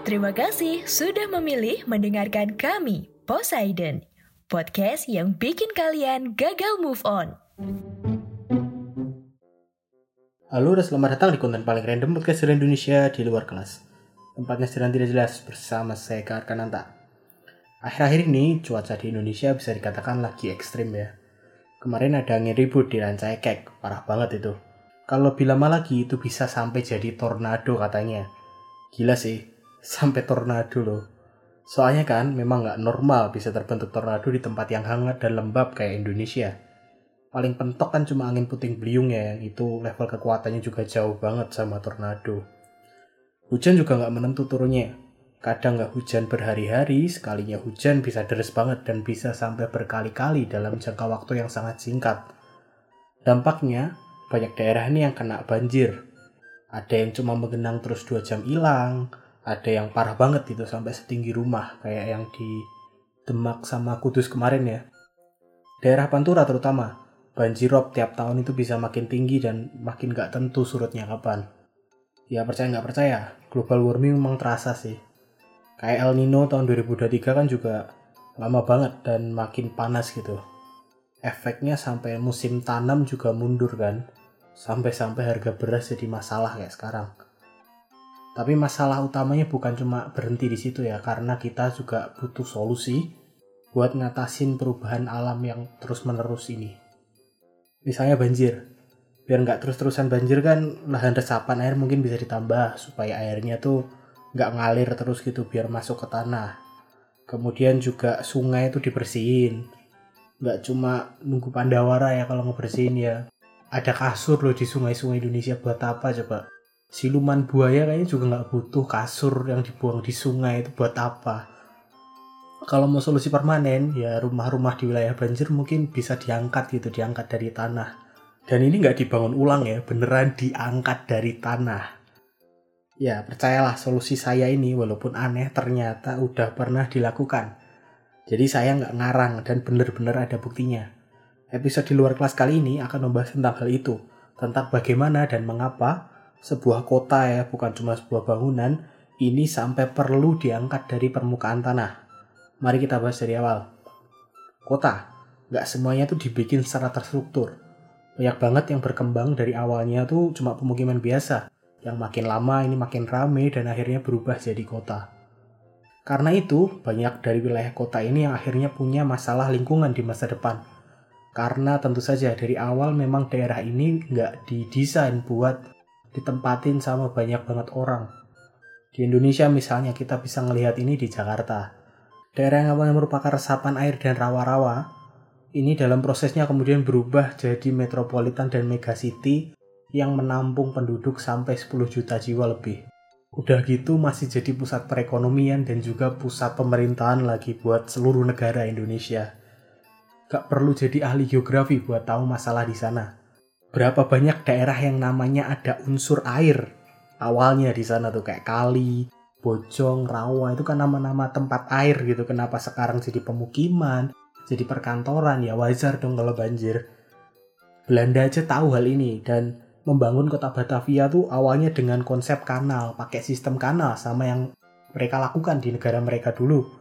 Terima kasih sudah memilih mendengarkan kami, Poseidon, podcast yang bikin kalian gagal move on. Halo dan selamat datang di konten paling random podcast dari Indonesia di luar kelas. Tempatnya sedang tidak jelas bersama saya Kak Arkananta. Akhir-akhir ini cuaca di Indonesia bisa dikatakan lagi ekstrim ya. Kemarin ada angin ribut di Rancaikek, parah banget itu. Kalau lebih lama lagi itu bisa sampai jadi tornado katanya. Gila sih, sampai tornado loh. Soalnya kan memang gak normal bisa terbentuk tornado di tempat yang hangat dan lembab kayak Indonesia. Paling pentok kan cuma angin puting beliung ya, yang itu level kekuatannya juga jauh banget sama tornado. Hujan juga gak menentu turunnya. Kadang gak hujan berhari-hari, sekalinya hujan bisa deres banget dan bisa sampai berkali-kali dalam jangka waktu yang sangat singkat. Dampaknya, banyak daerah ini yang kena banjir. Ada yang cuma menggenang terus 2 jam hilang, ada yang parah banget itu sampai setinggi rumah, kayak yang di Demak sama Kudus kemarin ya. Daerah Pantura terutama, banjirop tiap tahun itu bisa makin tinggi dan makin gak tentu surutnya kapan. Ya percaya gak percaya, global warming memang terasa sih. Kayak El Nino tahun 2023 kan juga lama banget dan makin panas gitu. Efeknya sampai musim tanam juga mundur kan. Sampai-sampai harga beras jadi masalah kayak sekarang. Tapi masalah utamanya bukan cuma berhenti di situ ya, karena kita juga butuh solusi buat ngatasin perubahan alam yang terus-menerus ini. Misalnya banjir. Biar nggak terus-terusan banjir kan, lahan resapan air mungkin bisa ditambah supaya airnya tuh nggak ngalir terus gitu biar masuk ke tanah. Kemudian juga sungai itu dibersihin. Nggak cuma nunggu Pandawara ya kalau ngebersihin ya. Ada kasur loh di sungai-sungai Indonesia, buat apa coba? Siluman buaya kayaknya juga nggak butuh kasur yang dibuang di sungai, itu buat apa? Kalau mau solusi permanen, ya rumah-rumah di wilayah banjir mungkin bisa diangkat gitu, diangkat dari tanah. Dan ini nggak dibangun ulang ya, beneran diangkat dari tanah. Ya, percayalah solusi saya ini walaupun aneh ternyata udah pernah dilakukan. Jadi saya nggak ngarang dan bener-bener ada buktinya. Episode di luar kelas kali ini akan membahas tentang hal itu. Tentang bagaimana dan mengapa sebuah kota ya, bukan cuma sebuah bangunan, ini sampai perlu diangkat dari permukaan tanah. Mari kita bahas dari awal. Kota, nggak semuanya tuh dibikin secara terstruktur. Banyak banget yang berkembang dari awalnya tuh cuma pemukiman biasa. Yang makin lama ini makin rame dan akhirnya berubah jadi kota. Karena itu, banyak dari wilayah kota ini yang akhirnya punya masalah lingkungan di masa depan. Karena tentu saja dari awal memang daerah ini nggak didesain buat ditempatin sama banyak banget orang. Di Indonesia misalnya kita bisa ngelihat ini di Jakarta. Daerah yang awalnya merupakan resapan air dan rawa-rawa, ini dalam prosesnya kemudian berubah jadi metropolitan dan megacity yang menampung penduduk sampai 10 juta jiwa lebih. Udah gitu masih jadi pusat perekonomian dan juga pusat pemerintahan lagi buat seluruh negara Indonesia. Gak perlu jadi ahli geografi buat tahu masalah di sana. Berapa banyak daerah yang namanya ada unsur air awalnya di sana tuh, kayak kali, Bojong, Rawa, itu kan nama-nama tempat air gitu. Kenapa sekarang jadi pemukiman, jadi perkantoran? Ya wajar dong kalau banjir. Belanda aja tahu hal ini dan membangun kota Batavia tuh awalnya dengan konsep kanal, pakai sistem kanal sama yang mereka lakukan di negara mereka dulu.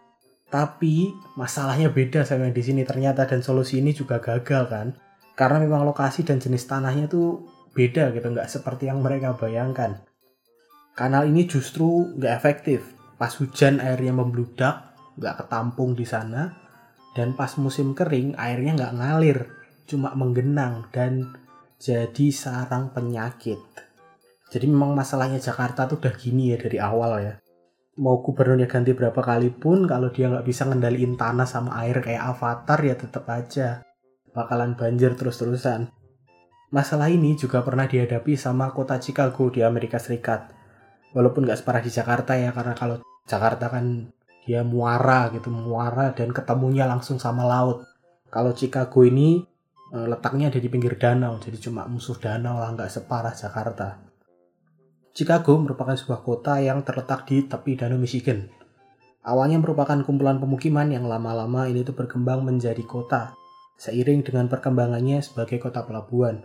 Tapi masalahnya beda sama yang di sini ternyata, dan solusi ini juga gagal kan. Karena memang lokasi dan jenis tanahnya tuh beda gitu, nggak seperti yang mereka bayangkan. Kanal ini justru nggak efektif. Pas hujan airnya membludak, nggak ketampung di sana. Dan pas musim kering airnya nggak ngalir, cuma menggenang dan jadi sarang penyakit. Jadi memang masalahnya Jakarta tuh udah gini ya dari awal ya. Mau gubernurnya ganti berapa kali pun, kalau dia nggak bisa ngendaliin tanah sama air kayak Avatar ya tetap aja bakalan banjir terus-terusan. Masalah ini juga pernah dihadapi sama kota Chicago di Amerika Serikat. Walaupun nggak separah di Jakarta ya, karena kalau Jakarta kan dia muara gitu, muara dan ketemunya langsung sama laut. Kalau Chicago ini letaknya ada di pinggir danau, jadi cuma musuh danau lah, nggak separah Jakarta. Chicago merupakan sebuah kota yang terletak di tepi Danau Michigan. Awalnya merupakan kumpulan pemukiman yang lama-lama ini tuh berkembang menjadi kota, seiring dengan perkembangannya sebagai kota pelabuhan.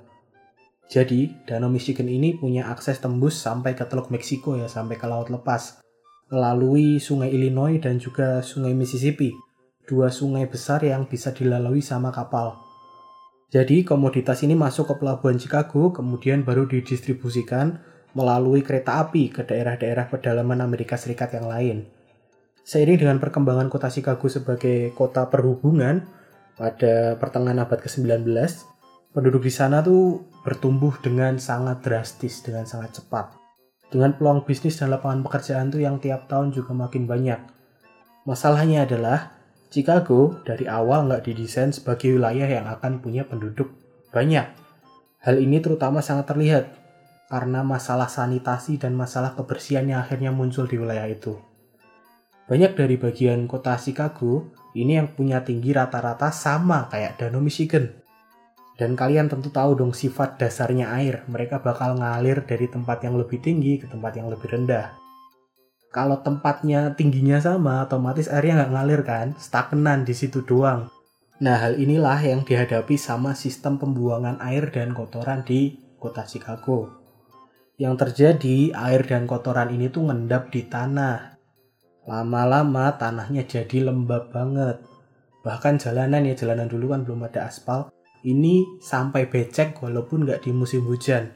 Jadi, Danau Michigan ini punya akses tembus sampai ke Teluk Meksiko ya, sampai ke Laut Lepas. melalui sungai Illinois dan juga sungai Mississippi, dua sungai besar yang bisa dilalui sama kapal. Jadi komoditas ini masuk ke pelabuhan Chicago, kemudian baru didistribusikan melalui kereta api ke daerah-daerah pedalaman Amerika Serikat yang lain. Seiring dengan perkembangan kota Chicago sebagai kota perhubungan pada pertengahan abad ke-19, penduduk di sana tuh bertumbuh dengan sangat drastis, dengan sangat cepat. Dengan peluang bisnis dan lapangan pekerjaan tuh yang tiap tahun juga makin banyak. Masalahnya adalah Chicago dari awal nggak didesain sebagai wilayah yang akan punya penduduk banyak. Hal ini terutama sangat terlihat karena masalah sanitasi dan masalah kebersihan yang akhirnya muncul di wilayah itu. Banyak dari bagian kota Chicago ini yang punya tinggi rata-rata sama kayak Danau Michigan. Dan kalian tentu tahu dong sifat dasarnya air, mereka bakal ngalir dari tempat yang lebih tinggi ke tempat yang lebih rendah. Kalau tempatnya tingginya sama, otomatis airnya nggak ngalir kan, stagnan di situ doang. Nah, hal inilah yang dihadapi sama sistem pembuangan air dan kotoran di kota Chicago. Yang terjadi, air dan kotoran ini tuh ngendap di tanah. Lama-lama tanahnya jadi lembab banget. Bahkan jalanan dulu kan belum ada aspal, ini sampai becek walaupun nggak di musim hujan.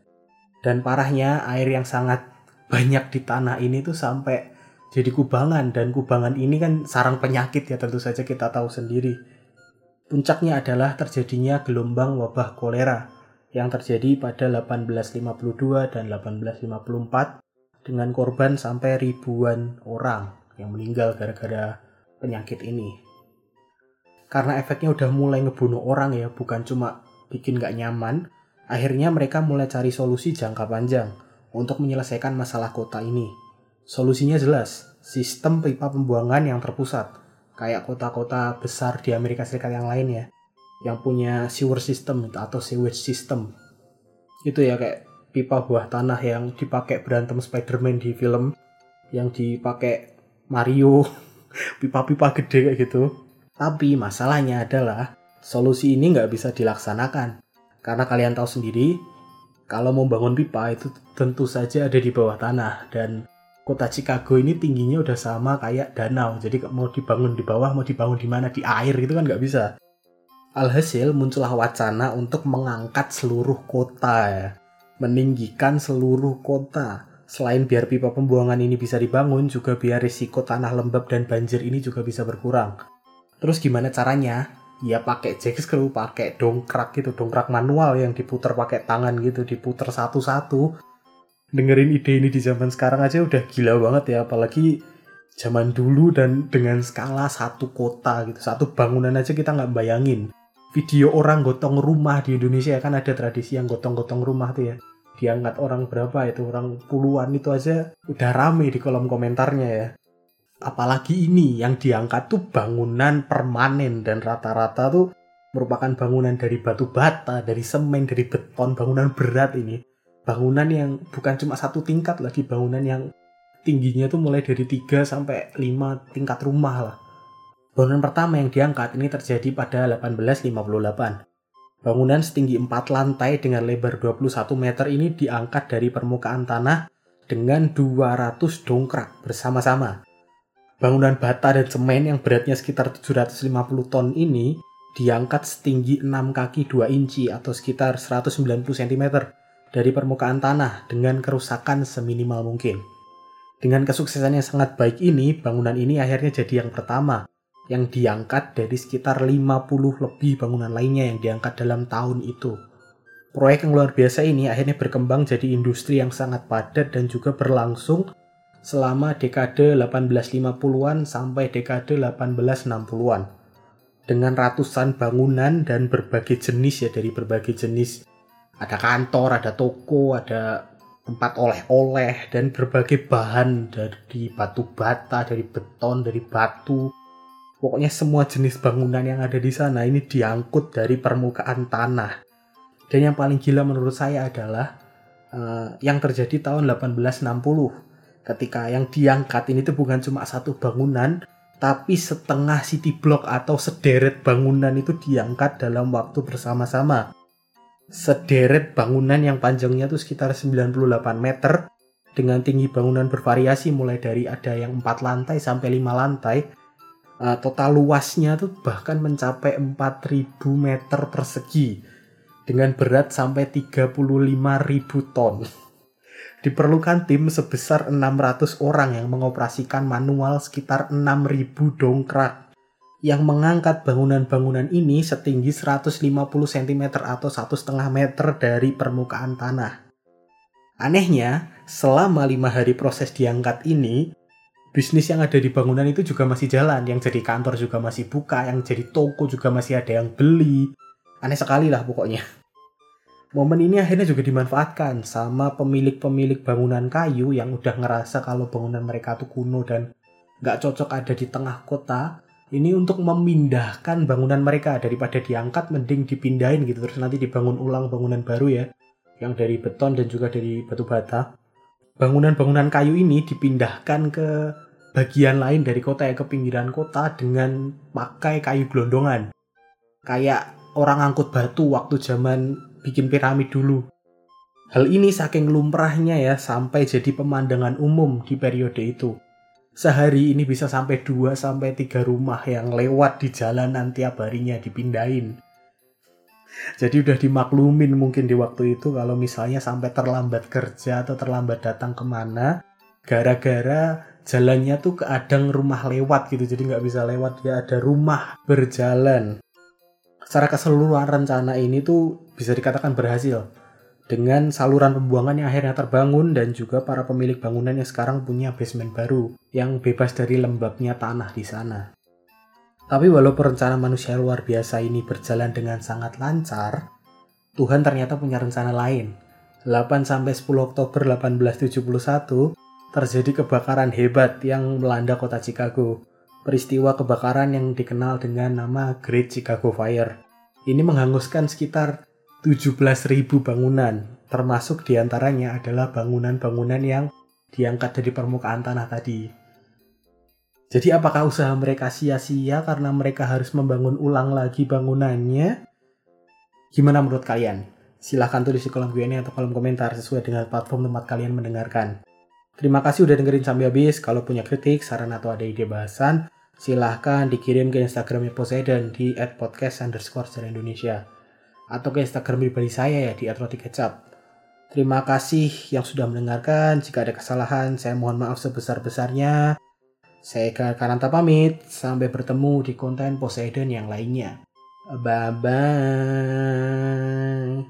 Dan parahnya air yang sangat banyak di tanah ini tuh sampai jadi kubangan. Dan kubangan ini kan sarang penyakit ya, tentu saja kita tahu sendiri. Puncaknya adalah terjadinya gelombang wabah kolera yang terjadi pada 1852 dan 1854 dengan korban sampai ribuan orang yang meninggal gara-gara penyakit ini. Karena efeknya udah mulai ngebunuh orang ya, bukan cuma bikin gak nyaman, akhirnya mereka mulai cari solusi jangka panjang untuk menyelesaikan masalah kota ini. Solusinya jelas, sistem pipa pembuangan yang terpusat, kayak kota-kota besar di Amerika Serikat yang lain ya, yang punya sewer system atau sewage system. Itu ya kayak pipa buah tanah yang dipakai berantem Spider-Man di film, yang dipakai Mario, pipa-pipa gede kayak gitu. Tapi masalahnya adalah solusi ini nggak bisa dilaksanakan. Karena kalian tahu sendiri, kalau mau bangun pipa itu tentu saja ada di bawah tanah. Dan kota Chicago ini tingginya udah sama kayak danau. Jadi mau dibangun di bawah, mau dibangun di mana, di air gitu kan nggak bisa. Alhasil muncullah wacana untuk mengangkat seluruh kota ya. Meninggikan seluruh kota. Selain biar pipa pembuangan ini bisa dibangun, juga biar risiko tanah lembab dan banjir ini juga bisa berkurang. Terus gimana caranya? Ya pakai jack screw, pakai dongkrak gitu, dongkrak manual yang diputer pakai tangan gitu, diputer satu-satu. Dengerin ide ini di zaman sekarang aja udah gila banget ya, apalagi zaman dulu dan dengan skala satu kota gitu, satu bangunan aja kita nggak bayangin. Video orang gotong rumah di Indonesia kan ada tradisi yang gotong-gotong rumah tuh ya. Diangkat orang berapa itu, orang puluhan itu aja udah rame di kolom komentarnya ya. Apalagi ini yang diangkat tuh bangunan permanen dan rata-rata tuh merupakan bangunan dari batu bata, dari semen, dari beton, bangunan berat ini. Bangunan yang bukan cuma satu tingkat lagi, bangunan yang tingginya tuh mulai dari 3 sampai 5 tingkat rumah lah. Bangunan pertama yang diangkat ini terjadi pada 1858. Bangunan setinggi 4 lantai dengan lebar 21 meter ini diangkat dari permukaan tanah dengan 200 dongkrak bersama-sama. Bangunan bata dan semen yang beratnya sekitar 750 ton ini diangkat setinggi 6 kaki 2 inci atau sekitar 190 cm dari permukaan tanah dengan kerusakan seminimal mungkin. Dengan kesuksesan yang sangat baik ini, bangunan ini akhirnya jadi yang pertama yang diangkat dari sekitar 50 lebih bangunan lainnya yang diangkat dalam tahun itu. Proyek yang luar biasa ini akhirnya berkembang jadi industri yang sangat padat dan juga berlangsung selama dekade 1850-an sampai dekade 1860-an. Dengan ratusan bangunan dan berbagai jenis ya, dari berbagai jenis. Ada kantor, ada toko, ada tempat oleh-oleh, dan berbagai bahan dari batu bata, dari beton, dari batu. Pokoknya semua jenis bangunan yang ada di sana ini diangkut dari permukaan tanah. Dan yang paling gila menurut saya adalah yang terjadi tahun 1860. Ketika yang diangkat ini tuh bukan cuma satu bangunan, tapi setengah city block atau sederet bangunan itu diangkat dalam waktu bersama-sama. Sederet bangunan yang panjangnya tuh sekitar 98 meter dengan tinggi bangunan bervariasi mulai dari ada yang 4 lantai sampai 5 lantai. Total luasnya tuh bahkan mencapai 4.000 meter persegi dengan berat sampai 35.000 ton. Diperlukan tim sebesar 600 orang yang mengoperasikan manual sekitar 6.000 dongkrak yang mengangkat bangunan-bangunan ini setinggi 150 cm atau 1,5 meter dari permukaan tanah. Anehnya, selama 5 hari proses diangkat ini, bisnis yang ada di bangunan itu juga masih jalan, yang jadi kantor juga masih buka, yang jadi toko juga masih ada yang beli. Aneh sekali lah pokoknya. Momen ini akhirnya juga dimanfaatkan sama pemilik-pemilik bangunan kayu yang udah ngerasa kalau bangunan mereka tuh kuno dan nggak cocok ada di tengah kota. Ini untuk memindahkan bangunan mereka, daripada diangkat mending dipindahin gitu, terus nanti dibangun ulang bangunan baru ya, yang dari beton dan juga dari batu bata. Bangunan-bangunan kayu ini dipindahkan ke bagian lain dari kota ya, ke pinggiran kota dengan pakai kayu gelondongan. Kayak orang angkut batu waktu zaman bikin piramid dulu. Hal ini saking lumrahnya ya sampai jadi pemandangan umum di periode itu. Sehari ini bisa sampai 2-3 rumah yang lewat di jalanan tiap harinya dipindahin. Jadi udah dimaklumin mungkin di waktu itu kalau misalnya sampai terlambat kerja atau terlambat datang kemana, gara-gara jalannya tuh keadang rumah lewat gitu, jadi nggak bisa lewat, ya ada rumah berjalan. Secara keseluruhan rencana ini tuh bisa dikatakan berhasil, dengan saluran pembuangan yang akhirnya terbangun dan juga para pemilik bangunan yang sekarang punya basement baru yang bebas dari lembabnya tanah di sana. Tapi walaupun rencana manusia luar biasa ini berjalan dengan sangat lancar, Tuhan ternyata punya rencana lain. 8-10 Oktober 1871 terjadi kebakaran hebat yang melanda kota Chicago. Peristiwa kebakaran yang dikenal dengan nama Great Chicago Fire. Ini menghanguskan sekitar 17.000 bangunan, termasuk diantaranya adalah bangunan-bangunan yang diangkat dari permukaan tanah tadi. Jadi apakah usaha mereka sia-sia karena mereka harus membangun ulang lagi bangunannya? Gimana menurut kalian? Silahkan tulis di kolom Q&A atau kolom komentar sesuai dengan platform tempat kalian mendengarkan. Terima kasih udah dengerin sampai habis. Kalau punya kritik, saran atau ada ide bahasan, silahkan dikirim ke Instagramnya Poseidon di @podcast_Indonesia atau ke Instagram pribadi saya ya di @rotikecap. Terima kasih yang sudah mendengarkan. Jika ada kesalahan, saya mohon maaf sebesar-besarnya. Saya Eka Karanta pamit, sampai bertemu di konten Poseidon yang lainnya. Bye-bye.